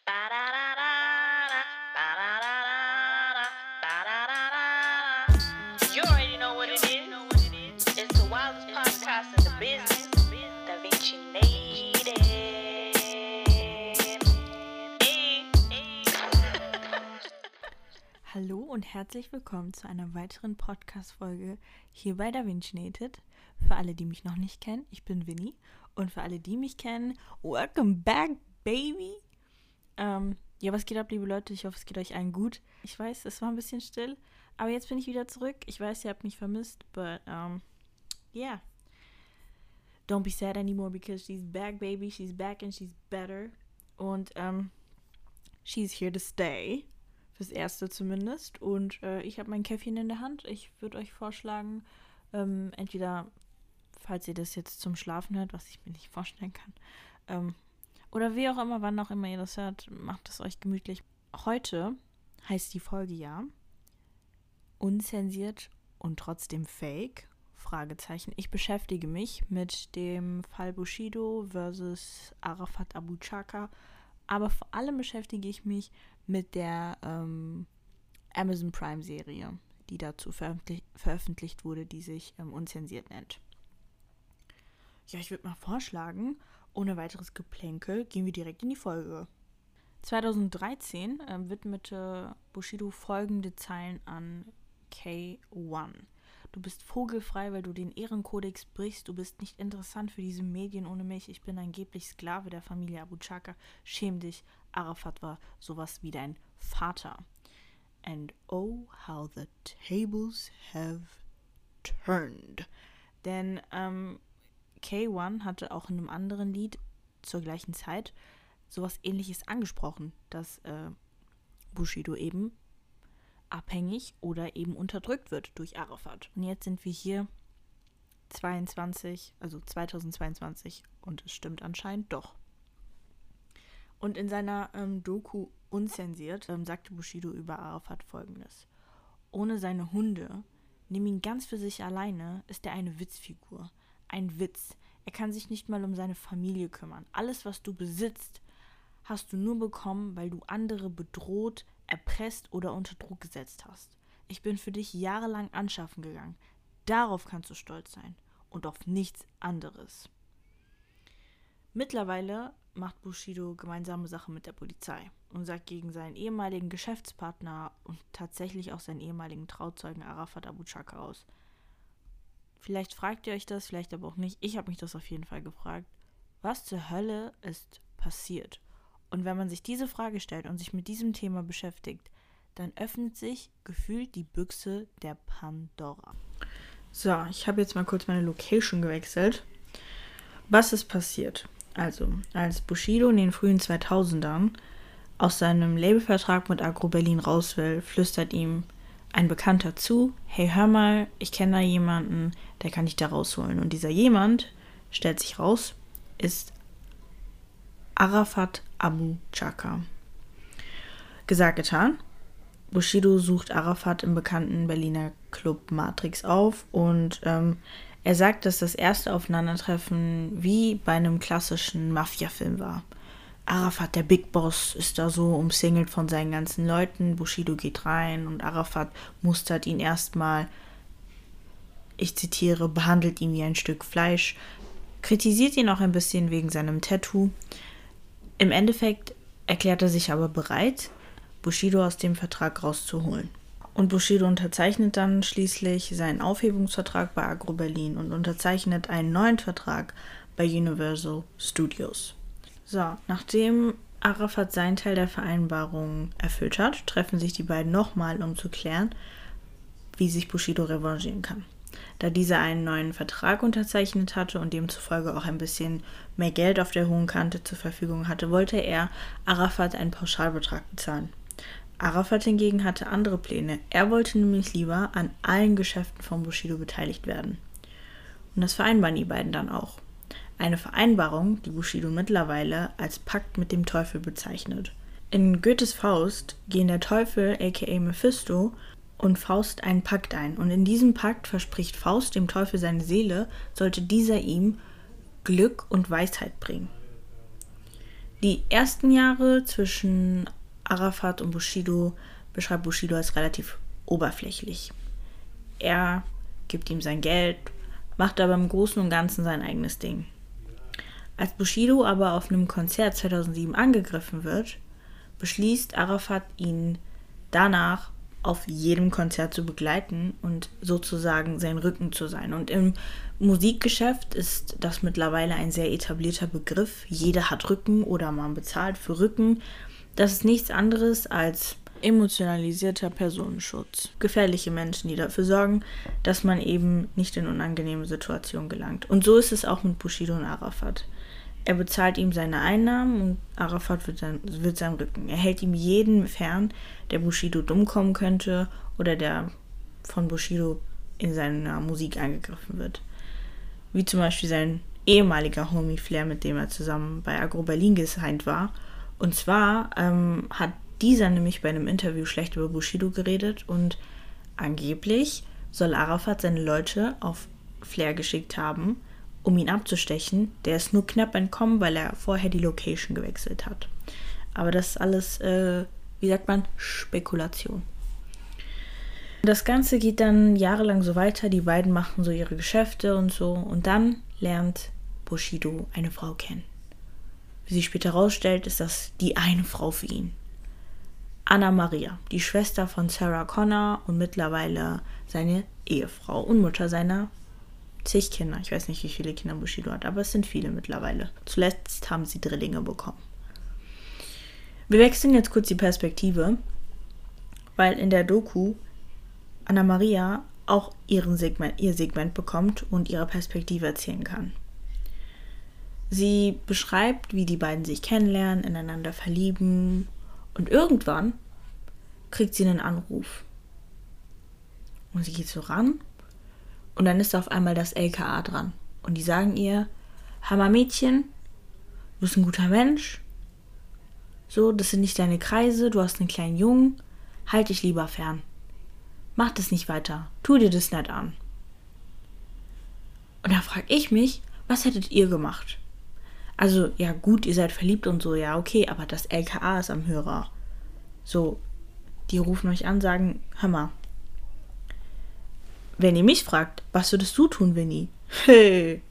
You already know what it is. It's the wildest podcast in the business. Da Vinci Native. Hallo und herzlich willkommen zu einer weiteren Podcast-Folge hier bei Da Vinci Native. Für alle, die mich noch nicht kennen, ich bin Winnie. Und für alle, die mich kennen, welcome back, baby! Ja, was geht ab, liebe Leute? Ich hoffe, es geht euch allen gut. Ich weiß, es war ein bisschen still, aber jetzt bin ich wieder zurück. Ich weiß, ihr habt mich vermisst, but, yeah. Don't be sad anymore because she's back, baby. She's back and she's better. Und, she's here to stay. Fürs Erste zumindest. Und ich habe mein Käffchen in der Hand. Ich würde euch vorschlagen, entweder, falls ihr das jetzt zum Schlafen hört, was ich mir nicht vorstellen kann, oder wie auch immer, wann auch immer ihr das hört, macht es euch gemütlich. Heute heißt die Folge ja Unzensiert und trotzdem Fake? Fragezeichen. Ich beschäftige mich mit dem Fall Bushido versus Arafat Abu Chaka, aber vor allem beschäftige ich mich mit der Amazon Prime Serie, die dazu veröffentlicht wurde, die sich Unzensiert nennt. Ja, ich würde mal vorschlagen, ohne weiteres Geplänkel gehen wir direkt in die Folge. 2013 widmete Bushido folgende Zeilen an K1. Du bist vogelfrei, weil du den Ehrenkodex brichst. Du bist nicht interessant für diese Medien ohne mich. Ich bin angeblich Sklave der Familie Abu Chaka. Schäm dich. Arafat war sowas wie dein Vater. And oh, how the tables have turned. Denn K1 hatte auch in einem anderen Lied zur gleichen Zeit sowas Ähnliches angesprochen, dass Bushido eben abhängig oder eben unterdrückt wird durch Arafat. Und jetzt sind wir hier 2022 und es stimmt anscheinend doch. Und in seiner Doku Unzensiert sagte Bushido über Arafat Folgendes: Ohne seine Hunde, nimm ihn ganz für sich alleine, ist er eine Witzfigur. Ein Witz. Er kann sich nicht mal um seine Familie kümmern. Alles, was du besitzt, hast du nur bekommen, weil du andere bedroht, erpresst oder unter Druck gesetzt hast. Ich bin für dich jahrelang anschaffen gegangen. Darauf kannst du stolz sein und auf nichts anderes. Mittlerweile macht Bushido gemeinsame Sache mit der Polizei und sagt gegen seinen ehemaligen Geschäftspartner und tatsächlich auch seinen ehemaligen Trauzeugen Arafat Abu Chaka aus. Vielleicht fragt ihr euch das, vielleicht aber auch nicht. Ich habe mich das auf jeden Fall gefragt. Was zur Hölle ist passiert? Und wenn man sich diese Frage stellt und sich mit diesem Thema beschäftigt, dann öffnet sich gefühlt die Büchse der Pandora. So, ich habe jetzt mal kurz meine Location gewechselt. Was ist passiert? Also, als Bushido in den frühen 2000ern aus seinem Labelvertrag mit Agro Berlin raus will, flüstert ihm ein Bekannter zu: Hey, hör mal, ich kenne da jemanden, der kann dich da rausholen. Und dieser jemand, stellt sich raus, ist Arafat Abu Chaka. Gesagt, getan. Bushido sucht Arafat im bekannten Berliner Club Matrix auf und er sagt, dass das erste Aufeinandertreffen wie bei einem klassischen Mafia-Film war. Arafat, der Big Boss, ist da so umsingelt von seinen ganzen Leuten. Bushido geht rein und Arafat mustert ihn erstmal, ich zitiere, behandelt ihn wie ein Stück Fleisch, kritisiert ihn auch ein bisschen wegen seinem Tattoo. Im Endeffekt erklärt er sich aber bereit, Bushido aus dem Vertrag rauszuholen. Und Bushido unterzeichnet dann schließlich seinen Aufhebungsvertrag bei Agro Berlin und unterzeichnet einen neuen Vertrag bei Universal Studios. So, nachdem Arafat seinen Teil der Vereinbarung erfüllt hat, treffen sich die beiden nochmal, um zu klären, wie sich Bushido revanchieren kann. Da dieser einen neuen Vertrag unterzeichnet hatte und demzufolge auch ein bisschen mehr Geld auf der hohen Kante zur Verfügung hatte, wollte er Arafat einen Pauschalbetrag bezahlen. Arafat hingegen hatte andere Pläne. Er wollte nämlich lieber an allen Geschäften von Bushido beteiligt werden. Und das vereinbaren die beiden dann auch. Eine Vereinbarung, die Bushido mittlerweile als Pakt mit dem Teufel bezeichnet. In Goethes Faust gehen der Teufel, aka Mephisto, und Faust einen Pakt ein. Und in diesem Pakt verspricht Faust dem Teufel seine Seele, sollte dieser ihm Glück und Weisheit bringen. Die ersten Jahre zwischen Arafat und Bushido beschreibt Bushido als relativ oberflächlich. Er gibt ihm sein Geld, macht aber im Großen und Ganzen sein eigenes Ding. Als Bushido aber auf einem Konzert 2007 angegriffen wird, beschließt Arafat, ihn danach auf jedem Konzert zu begleiten und sozusagen sein Rücken zu sein. Und im Musikgeschäft ist das mittlerweile ein sehr etablierter Begriff. Jeder hat Rücken oder man bezahlt für Rücken. Das ist nichts anderes als emotionalisierter Personenschutz. Gefährliche Menschen, die dafür sorgen, dass man eben nicht in unangenehme Situationen gelangt. Und so ist es auch mit Bushido und Arafat. Er bezahlt ihm seine Einnahmen und Arafat wird sein Rücken. Er hält ihm jeden fern, der Bushido dumm kommen könnte oder der von Bushido in seiner Musik angegriffen wird. Wie zum Beispiel sein ehemaliger Homie Flair, mit dem er zusammen bei Agro Berlin gesigned war. Und zwar hat dieser nämlich bei einem Interview schlecht über Bushido geredet und angeblich soll Arafat seine Leute auf Flair geschickt haben, um ihn abzustechen. Der ist nur knapp entkommen, weil er vorher die Location gewechselt hat. Aber das ist alles, Spekulation. Das Ganze geht dann jahrelang so weiter. Die beiden machen so ihre Geschäfte und so. Und dann lernt Bushido eine Frau kennen. Wie sich später herausstellt, ist das die eine Frau für ihn. Anna Maria, die Schwester von Sarah Connor und mittlerweile seine Ehefrau und Mutter seiner zig Kinder. Ich weiß nicht, wie viele Kinder Bushido hat, aber es sind viele mittlerweile. Zuletzt haben sie Drillinge bekommen. Wir wechseln jetzt kurz die Perspektive, weil in der Doku Anna Maria auch ihr Segment bekommt und ihre Perspektive erzählen kann. Sie beschreibt, wie die beiden sich kennenlernen, ineinander verlieben und irgendwann kriegt sie einen Anruf. Und sie geht so ran und dann ist auf einmal das LKA dran. Und die sagen ihr, Hammer Mädchen, du bist ein guter Mensch, so, das sind nicht deine Kreise, du hast einen kleinen Jungen, halt dich lieber fern. Mach das nicht weiter, tu dir das nicht an. Und da frage ich mich, was hättet ihr gemacht? Also, ja gut, ihr seid verliebt und so, ja okay, aber das LKA ist am Hörer. So, die rufen euch an, sagen, hör mal, wenn ihr mich fragt, was würdest du tun, Winnie? Hey.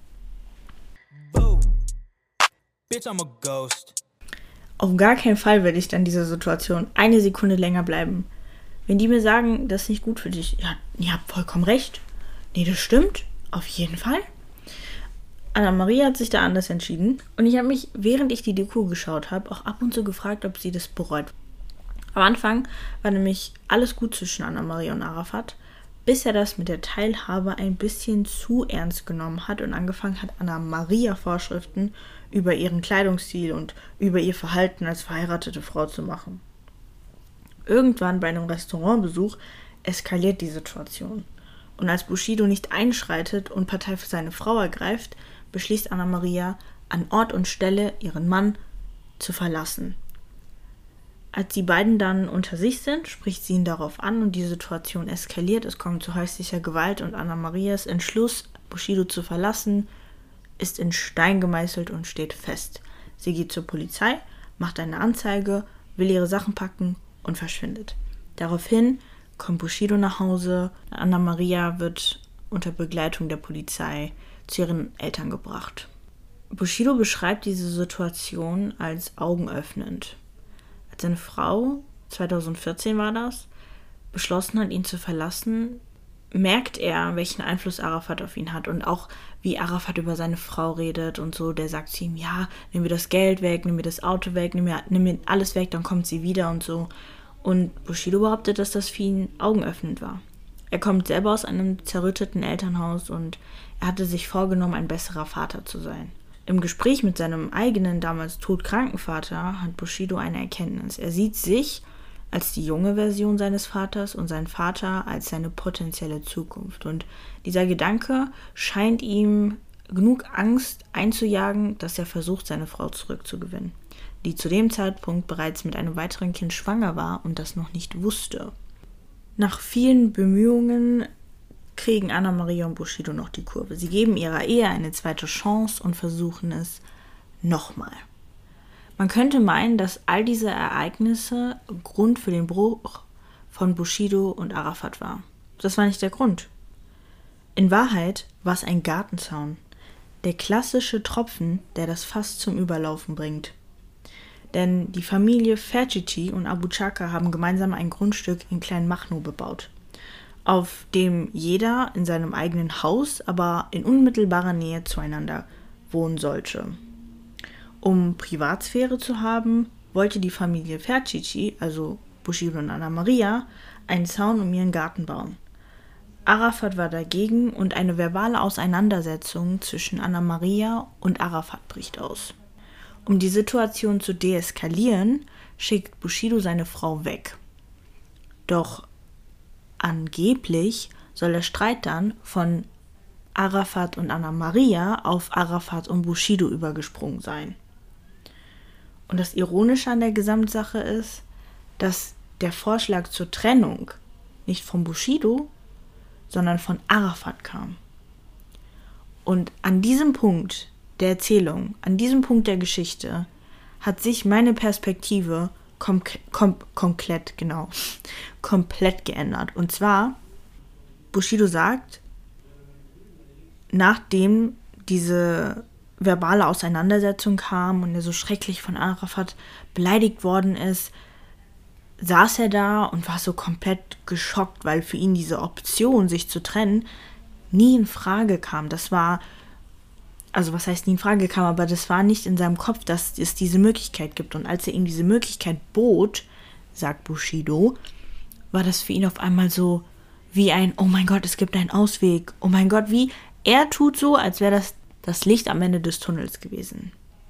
Bitch, I'm a ghost. Auf gar keinen Fall werde ich dann in dieser Situation eine Sekunde länger bleiben. Wenn die mir sagen, das ist nicht gut für dich, ja, ihr habt vollkommen recht. Nee, das stimmt, auf jeden Fall. Anna Maria hat sich da anders entschieden. Und ich habe mich, während ich die Doku geschaut habe, auch ab und zu gefragt, ob sie das bereut. Am Anfang war nämlich alles gut zwischen Anna Maria und Arafat, bis er das mit der Teilhabe ein bisschen zu ernst genommen hat und angefangen hat, Anna Maria Vorschriften über ihren Kleidungsstil und über ihr Verhalten als verheiratete Frau zu machen. Irgendwann bei einem Restaurantbesuch eskaliert die Situation. Und als Bushido nicht einschreitet und Partei für seine Frau ergreift, beschließt Anna Maria, an Ort und Stelle ihren Mann zu verlassen. Als die beiden dann unter sich sind, spricht sie ihn darauf an und die Situation eskaliert. Es kommt zu häuslicher Gewalt und Anna Marias Entschluss, Bushido zu verlassen, ist in Stein gemeißelt und steht fest. Sie geht zur Polizei, macht eine Anzeige, will ihre Sachen packen und verschwindet. Daraufhin kommt Bushido nach Hause. Anna Maria wird unter Begleitung der Polizei zu ihren Eltern gebracht. Bushido beschreibt diese Situation als augenöffnend. Als seine Frau, 2014 war das, beschlossen hat, ihn zu verlassen, merkt er, welchen Einfluss Arafat auf ihn hat und auch, wie Arafat über seine Frau redet und so. Der sagt zu ihm, ja, nimm mir das Geld weg, nimm mir das Auto weg, nimm mir alles weg, dann kommt sie wieder und so. Und Bushido behauptet, dass das für ihn augenöffnend war. Er kommt selber aus einem zerrütteten Elternhaus und er hatte sich vorgenommen, ein besserer Vater zu sein. Im Gespräch mit seinem eigenen, damals todkranken Vater hat Bushido eine Erkenntnis. Er sieht sich als die junge Version seines Vaters und seinen Vater als seine potenzielle Zukunft. Und dieser Gedanke scheint ihm genug Angst einzujagen, dass er versucht, seine Frau zurückzugewinnen, die zu dem Zeitpunkt bereits mit einem weiteren Kind schwanger war und das noch nicht wusste. Nach vielen Bemühungen kriegen Anna Maria und Bushido noch die Kurve. Sie geben ihrer Ehe eine zweite Chance und versuchen es nochmal. Man könnte meinen, dass all diese Ereignisse Grund für den Bruch von Bushido und Arafat war. Das war nicht der Grund. In Wahrheit war es ein Gartenzaun. Der klassische Tropfen, der das Fass zum Überlaufen bringt. Denn die Familie Ferchichi und Abu Chaka haben gemeinsam ein Grundstück in Klein Machnow bebaut, auf dem jeder in seinem eigenen Haus, aber in unmittelbarer Nähe zueinander wohnen sollte. Um Privatsphäre zu haben, wollte die Familie Ferchichi, also Bushido und Anna Maria, einen Zaun um ihren Garten bauen. Arafat war dagegen und eine verbale Auseinandersetzung zwischen Anna Maria und Arafat bricht aus. Um die Situation zu deeskalieren, schickt Bushido seine Frau weg. Doch angeblich soll der Streit dann von Arafat und Anna Maria auf Arafat und Bushido übergesprungen sein. Und das Ironische an der Gesamtsache ist, dass der Vorschlag zur Trennung nicht von Bushido, sondern von Arafat kam. Und an diesem Punkt der Erzählung, an diesem Punkt der Geschichte, hat sich meine Perspektive komplett geändert. Und zwar, Bushido sagt, nachdem diese verbale Auseinandersetzung kam und er so schrecklich von Arafat beleidigt worden ist, saß er da und war so komplett geschockt, weil für ihn diese Option, sich zu trennen, nie in Frage kam. Das war, also was heißt nie in Frage kam, aber das war nicht in seinem Kopf, dass es diese Möglichkeit gibt. Und als er ihm diese Möglichkeit bot, sagt Bushido, war das für ihn auf einmal so wie ein, oh mein Gott, es gibt einen Ausweg. Oh mein Gott, wie er tut so, als wäre das Licht am Ende des Tunnels gewesen.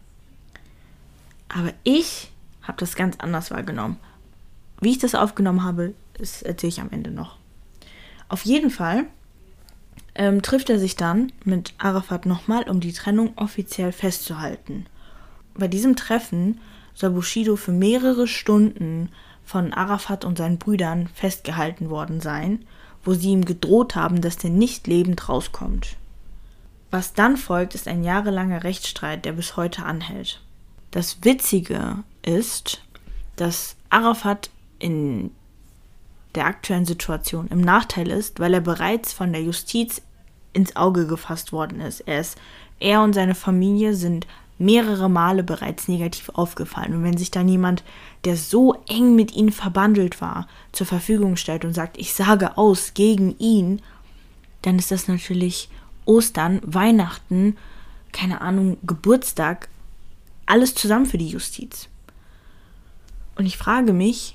Aber ich habe das ganz anders wahrgenommen. Wie ich das aufgenommen habe, das erzähle ich am Ende noch. Auf jeden Fall trifft er sich dann mit Arafat nochmal, um die Trennung offiziell festzuhalten. Bei diesem Treffen soll Bushido für mehrere Stunden von Arafat und seinen Brüdern festgehalten worden sein, wo sie ihm gedroht haben, dass der nicht lebend rauskommt. Was dann folgt, ist ein jahrelanger Rechtsstreit, der bis heute anhält. Das Witzige ist, dass Arafat in der aktuellen Situation im Nachteil ist, weil er bereits von der Justiz ins Auge gefasst worden ist. Er und seine Familie sind mehrere Male bereits negativ aufgefallen. Und wenn sich dann jemand, der so eng mit ihnen verbandelt war, zur Verfügung stellt und sagt, ich sage aus gegen ihn, dann ist das natürlich Ostern, Weihnachten, keine Ahnung, Geburtstag, alles zusammen für die Justiz. Und ich frage mich,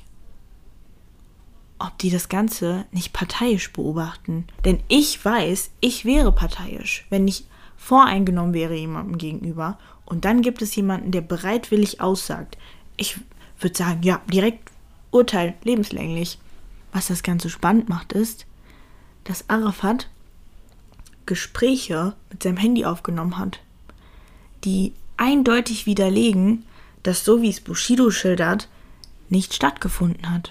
ob die das Ganze nicht parteiisch beobachten. Denn ich weiß, ich wäre parteiisch, wenn ich voreingenommen wäre jemandem gegenüber. Und dann gibt es jemanden, der bereitwillig aussagt. Ich würde sagen, ja, direkt Urteil, lebenslänglich. Was das Ganze spannend macht, ist, dass Arafat Gespräche mit seinem Handy aufgenommen hat, die eindeutig widerlegen, dass, so wie es Bushido schildert, nicht stattgefunden hat.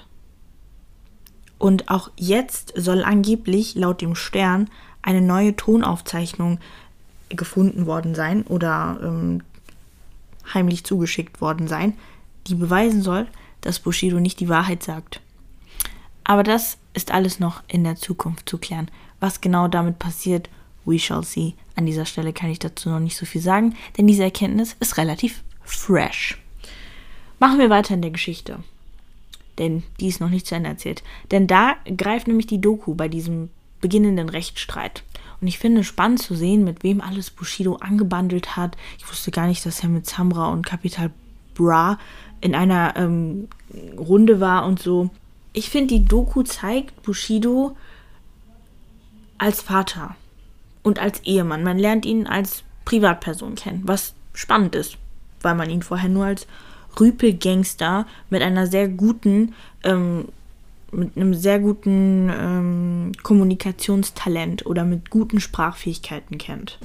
Und auch jetzt soll angeblich laut dem Stern eine neue Tonaufzeichnung gefunden worden sein oder heimlich zugeschickt worden sein, die beweisen soll, dass Bushido nicht die Wahrheit sagt. Aber das ist alles noch in der Zukunft zu klären. Was genau damit passiert, we shall see. An dieser Stelle kann ich dazu noch nicht so viel sagen, denn diese Erkenntnis ist relativ fresh. Machen wir weiter in der Geschichte. Denn die ist noch nicht zu Ende erzählt. Denn da greift nämlich die Doku bei diesem beginnenden Rechtsstreit. Und ich finde es spannend zu sehen, mit wem alles Bushido angebandelt hat. Ich wusste gar nicht, dass er mit Samra und Capital Bra in einer Runde war und so. Ich finde, die Doku zeigt Bushido als Vater und als Ehemann. Man lernt ihn als Privatperson kennen, was spannend ist, weil man ihn vorher nur als Rüpelgangster mit einer sehr guten, mit einem sehr guten Kommunikationstalent oder mit guten Sprachfähigkeiten kennt.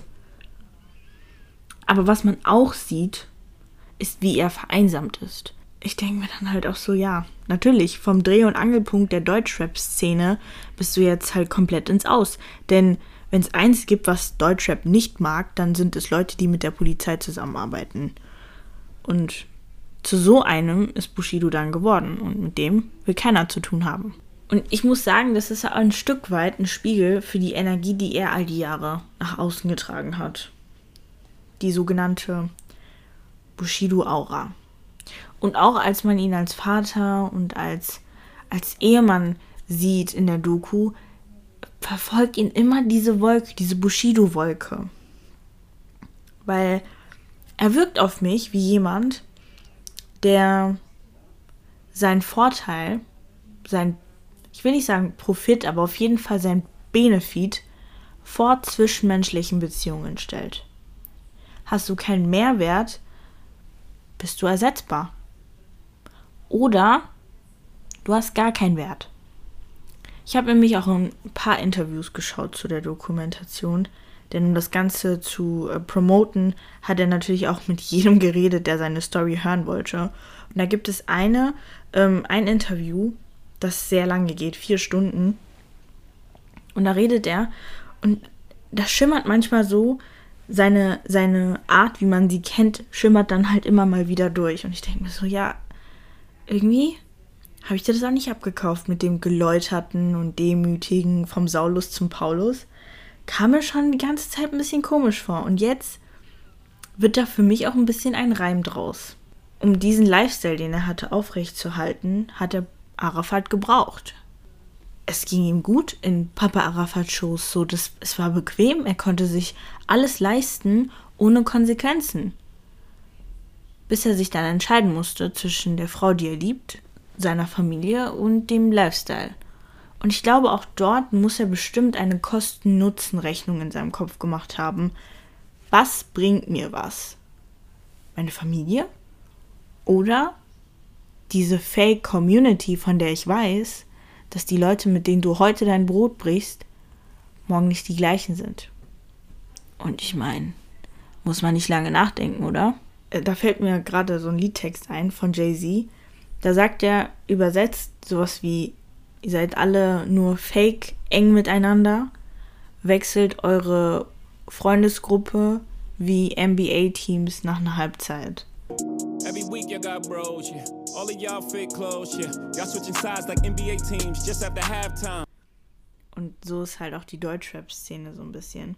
Aber was man auch sieht, ist, wie er vereinsamt ist. Ich denke mir dann halt auch so, ja, natürlich, vom Dreh- und Angelpunkt der Deutschrap-Szene bist du jetzt halt komplett ins Aus. Denn wenn es eins gibt, was Deutschrap nicht mag, dann sind es Leute, die mit der Polizei zusammenarbeiten. Und zu so einem ist Bushido dann geworden und mit dem will keiner zu tun haben. Und ich muss sagen, das ist ein Stück weit ein Spiegel für die Energie, die er all die Jahre nach außen getragen hat. Die sogenannte Bushido-Aura. Und auch als man ihn als Vater und als Ehemann sieht in der Doku, verfolgt ihn immer diese Wolke, diese Bushido-Wolke. Weil er wirkt auf mich wie jemand, der seinen Vorteil, ich will nicht sagen Profit, aber auf jeden Fall sein Benefit vor zwischenmenschlichen Beziehungen stellt. Hast du keinen Mehrwert, bist du ersetzbar. Oder du hast gar keinen Wert. Ich habe nämlich auch ein paar Interviews geschaut zu der Dokumentation, denn um das Ganze zu promoten, hat er natürlich auch mit jedem geredet, der seine Story hören wollte. Und da gibt es ein Interview, das sehr lange geht, 4 Stunden. Und da redet er und da schimmert manchmal so seine Art, wie man sie kennt, schimmert dann halt immer mal wieder durch. Und ich denke mir so, ja, irgendwie habe ich dir das auch nicht abgekauft mit dem Geläuterten und Demütigen vom Saulus zum Paulus. Kam mir schon die ganze Zeit ein bisschen komisch vor. Und jetzt wird da für mich auch ein bisschen ein Reim draus. Um diesen Lifestyle, den er hatte, aufrechtzuerhalten, hat er Arafat gebraucht. Es ging ihm gut in Papa Arafat-Shows, es war bequem, er konnte sich alles leisten, ohne Konsequenzen. Bis er sich dann entscheiden musste zwischen der Frau, die er liebt, seiner Familie und dem Lifestyle. Und ich glaube, auch dort muss er bestimmt eine Kosten-Nutzen-Rechnung in seinem Kopf gemacht haben. Was bringt mir was? Meine Familie? Oder diese Fake-Community, von der ich weiß, dass die Leute, mit denen du heute dein Brot brichst, morgen nicht die gleichen sind. Und ich meine, muss man nicht lange nachdenken, oder? Da fällt mir gerade so ein Liedtext ein von Jay-Z. Da sagt er, übersetzt, sowas wie, ihr seid alle nur fake eng miteinander, wechselt eure Freundesgruppe wie NBA-Teams nach einer Halbzeit. Every week you got bros, yeah. All of y'all fake clothes, yeah. Y'all switching sides like NBA teams just after halftime. Und so ist halt auch die Deutschrap-Szene so ein bisschen.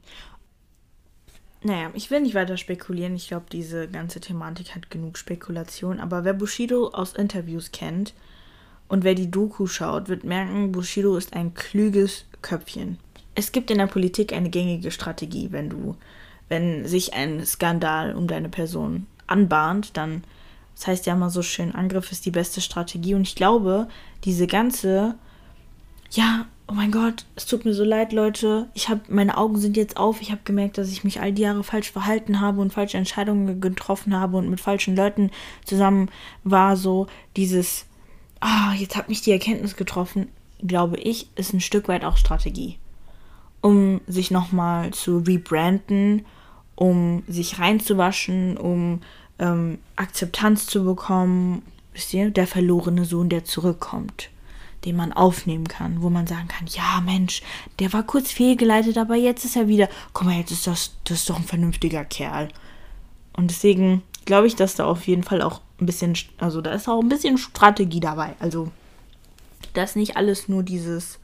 Naja, ich will nicht weiter spekulieren. Ich glaube, diese ganze Thematik hat genug Spekulation. Aber wer Bushido aus Interviews kennt und wer die Doku schaut, wird merken, Bushido ist ein klüges Köpfchen. Es gibt in der Politik eine gängige Strategie, wenn sich ein Skandal um deine Person anbahnt, dann, das heißt ja immer so schön, Angriff ist die beste Strategie. Und ich glaube, diese ganze, ja, oh mein Gott, es tut mir so leid, Leute, meine Augen sind jetzt auf, ich habe gemerkt, dass ich mich all die Jahre falsch verhalten habe und falsche Entscheidungen getroffen habe und mit falschen Leuten zusammen war, so dieses, jetzt hat mich die Erkenntnis getroffen, glaube ich, ist ein Stück weit auch Strategie. Um sich nochmal zu rebranden, um sich reinzuwaschen, um Akzeptanz zu bekommen, wisst ihr, der verlorene Sohn, der zurückkommt, den man aufnehmen kann, wo man sagen kann, ja Mensch, der war kurz fehlgeleitet, aber jetzt ist er wieder, guck mal, jetzt ist das ist doch ein vernünftiger Kerl. Und deswegen glaube ich, dass da auf jeden Fall auch ein bisschen, also da ist auch ein bisschen Strategie dabei, also da ist nicht alles nur dieses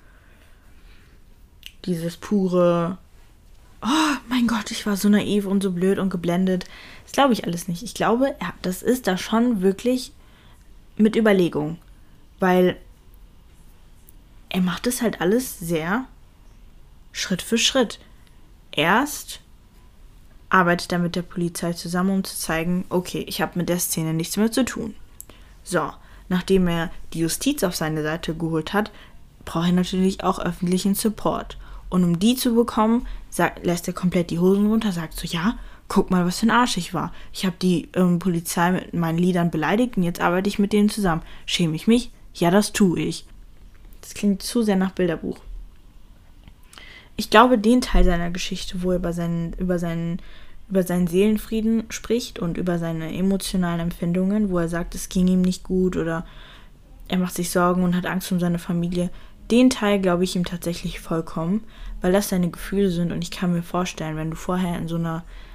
pure, oh mein Gott, ich war so naiv und so blöd und geblendet. Das glaube ich alles nicht. Ich glaube, das ist da schon wirklich mit Überlegung. Weil er macht es halt alles sehr Schritt für Schritt. Erst arbeitet er mit der Polizei zusammen, um zu zeigen, okay, ich habe mit der Szene nichts mehr zu tun. So, nachdem er die Justiz auf seine Seite geholt hat, braucht er natürlich auch öffentlichen Support. Und um die zu bekommen, lässt er komplett die Hosen runter, sagt so, ja, guck mal, was für ein Arsch ich war. Ich habe die Polizei mit meinen Liedern beleidigt und jetzt arbeite ich mit denen zusammen. Schäme ich mich? Ja, das tue ich. Das klingt zu sehr nach Bilderbuch. Ich glaube, den Teil seiner Geschichte, wo er über seinen Seelenfrieden spricht und über seine emotionalen Empfindungen, wo er sagt, es ging ihm nicht gut oder er macht sich Sorgen und hat Angst um seine Familie, den Teil glaube ich ihm tatsächlich vollkommen, weil das seine Gefühle sind und ich kann mir vorstellen, wenn du vorher in so einer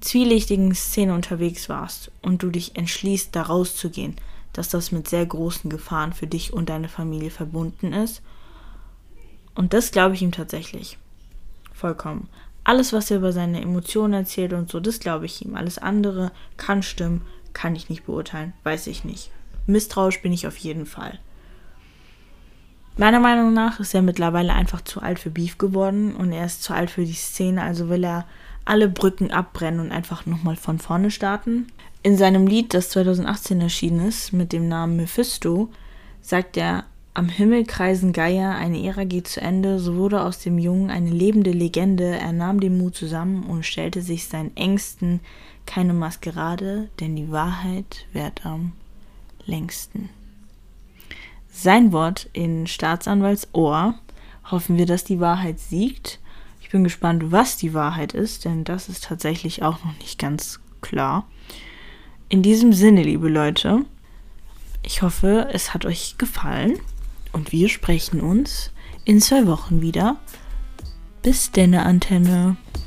zwielichtigen Szene unterwegs warst und du dich entschließt, da rauszugehen, dass das mit sehr großen Gefahren für dich und deine Familie verbunden ist. Und das glaube ich ihm tatsächlich. Vollkommen. Alles, was er über seine Emotionen erzählt und so, das glaube ich ihm. Alles andere kann stimmen, kann ich nicht beurteilen, weiß ich nicht. Misstrauisch bin ich auf jeden Fall. Meiner Meinung nach ist er mittlerweile einfach zu alt für Beef geworden und er ist zu alt für die Szene, also will er alle Brücken abbrennen und einfach nochmal von vorne starten. In seinem Lied, das 2018 erschienen ist, mit dem Namen Mephisto, sagt er: Am Himmel kreisen Geier, eine Ära geht zu Ende, so wurde aus dem Jungen eine lebende Legende, er nahm den Mut zusammen und stellte sich seinen Ängsten, keine Maskerade, denn die Wahrheit währt am längsten. Sein Wort in Staatsanwalts Ohr. Hoffen wir, dass die Wahrheit siegt. Ich bin gespannt, was die Wahrheit ist, denn das ist tatsächlich auch noch nicht ganz klar. In diesem Sinne, liebe Leute, ich hoffe, es hat euch gefallen und wir sprechen uns in 2 Wochen wieder. Bis denne, Antenne.